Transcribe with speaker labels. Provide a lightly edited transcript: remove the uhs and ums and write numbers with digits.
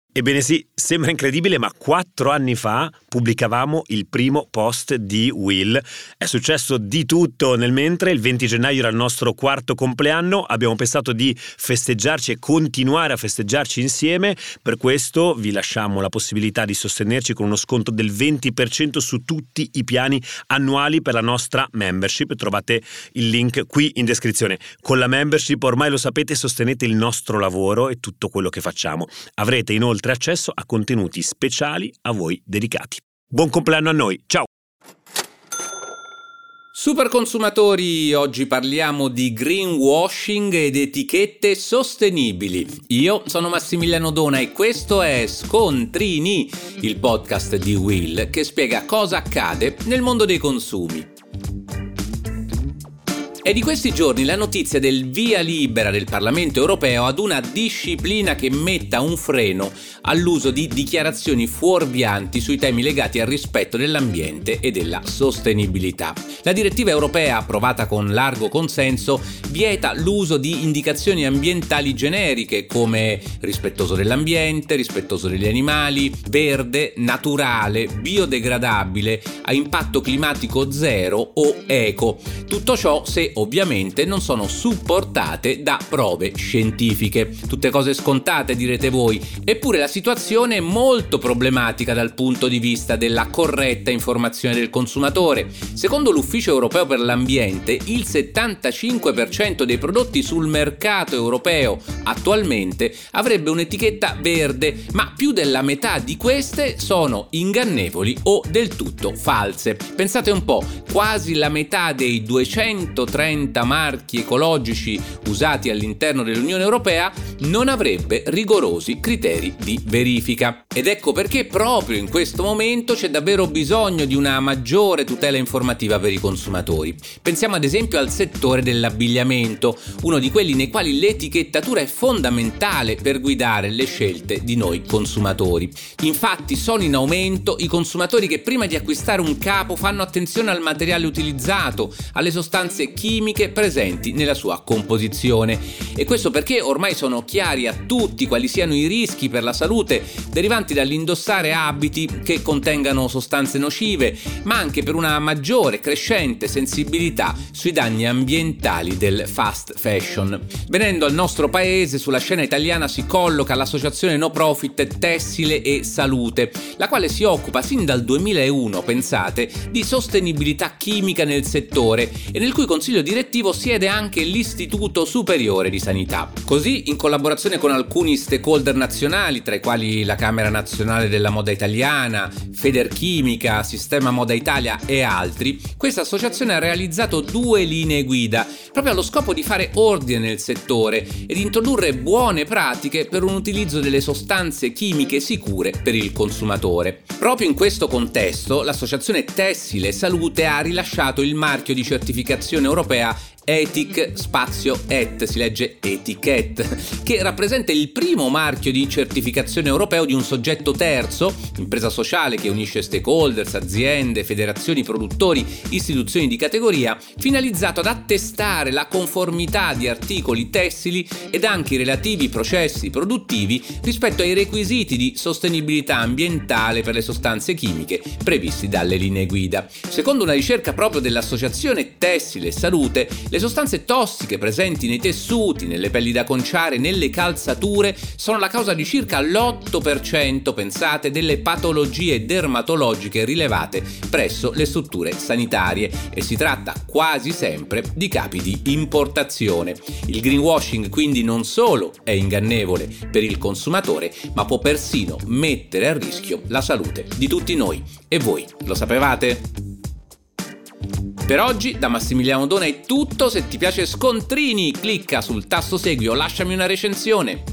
Speaker 1: Ebbene sì, sembra incredibile, ma 4 anni fa pubblicavamo il primo post di Will. È successo di tutto nel mentre. Il 20 gennaio era il nostro 4° compleanno. Abbiamo pensato di festeggiarci e continuare a festeggiarci insieme. Per questo vi lasciamo la possibilità di sostenerci con uno sconto del 20% su tutti i piani annuali per la nostra membership. Trovate il link qui in descrizione. Con la membership, ormai lo sapete, sostenete il nostro lavoro e tutto quello che facciamo. Avrete inoltre accesso a contenuti speciali a voi dedicati. Buon compleanno a noi, ciao!
Speaker 2: Super consumatori, oggi parliamo di greenwashing ed etichette sostenibili. Io sono Massimiliano Dona e questo è Scontrini, il podcast di Will che spiega cosa accade nel mondo dei consumi. È di questi giorni la notizia del via libera del Parlamento europeo ad una disciplina che metta un freno all'uso di dichiarazioni fuorvianti sui temi legati al rispetto dell'ambiente e della sostenibilità. La direttiva europea, approvata con largo consenso, vieta l'uso di indicazioni ambientali generiche come rispettoso dell'ambiente, rispettoso degli animali, verde, naturale, biodegradabile, a impatto climatico zero o eco. Tutto ciò se ovviamente non sono supportate da prove scientifiche. Tutte cose scontate, direte voi, eppure la situazione è molto problematica dal punto di vista della corretta informazione del consumatore. Secondo l'Ufficio Europeo per l'Ambiente, il 75% dei prodotti sul mercato europeo attualmente avrebbe un'etichetta verde, ma più della metà di queste sono ingannevoli o del tutto false. Pensate un po', quasi la metà dei 230 marchi ecologici usati all'interno dell'Unione Europea non avrebbe rigorosi criteri di verifica. Ed ecco perché proprio in questo momento c'è davvero bisogno di una maggiore tutela informativa per i consumatori. Pensiamo ad esempio al settore dell'abbigliamento, uno di quelli nei quali l'etichettatura è fondamentale per guidare le scelte di noi consumatori. Infatti sono in aumento i consumatori che prima di acquistare un capo fanno attenzione al materiale utilizzato, alle sostanze chimiche presenti nella sua composizione. E questo perché ormai sono chiari a tutti quali siano i rischi per la salute derivanti dall'indossare abiti che contengano sostanze nocive, ma anche per una maggiore crescente sensibilità sui danni ambientali del fast fashion. Venendo al nostro paese, sulla scena italiana si colloca l'associazione no profit Tessile e Salute, la quale si occupa sin dal 2001, pensate, di sostenibilità chimica nel settore e nel cui consiglio direttivo siede anche l'Istituto Superiore di Sanità. Così, in collaborazione con alcuni stakeholder nazionali, tra i quali la Camera Nazionale della Moda Italiana, Federchimica, Sistema Moda Italia e altri, questa associazione ha realizzato 2 linee guida, proprio allo scopo di fare ordine nel settore e di introdurre buone pratiche per un utilizzo delle sostanze chimiche sicure per il consumatore. Proprio in questo contesto, l'associazione Tessile e Salute ha rilasciato il marchio di certificazione europea Ethic Spazio Et, si legge Etiquette, che rappresenta il primo marchio di certificazione europeo di un soggetto terzo, impresa sociale che unisce stakeholders, aziende, federazioni, produttori, istituzioni di categoria, finalizzato ad attestare la conformità di articoli tessili ed anche i relativi processi produttivi rispetto ai requisiti di sostenibilità ambientale per le sostanze chimiche previsti dalle linee guida. Secondo una ricerca proprio dell'associazione Tessile Salute, le sostanze tossiche presenti nei tessuti, nelle pelli da conciare, nelle calzature sono la causa di circa l'8%, pensate, delle patologie dermatologiche rilevate presso le strutture sanitarie e si tratta quasi sempre di capi di importazione. Il greenwashing quindi non solo è ingannevole per il consumatore, ma può persino mettere a rischio la salute di tutti noi. E voi lo sapevate? Per oggi da Massimiliano Dona è tutto. Se ti piace Scontrini, clicca sul tasto segui o lasciami una recensione.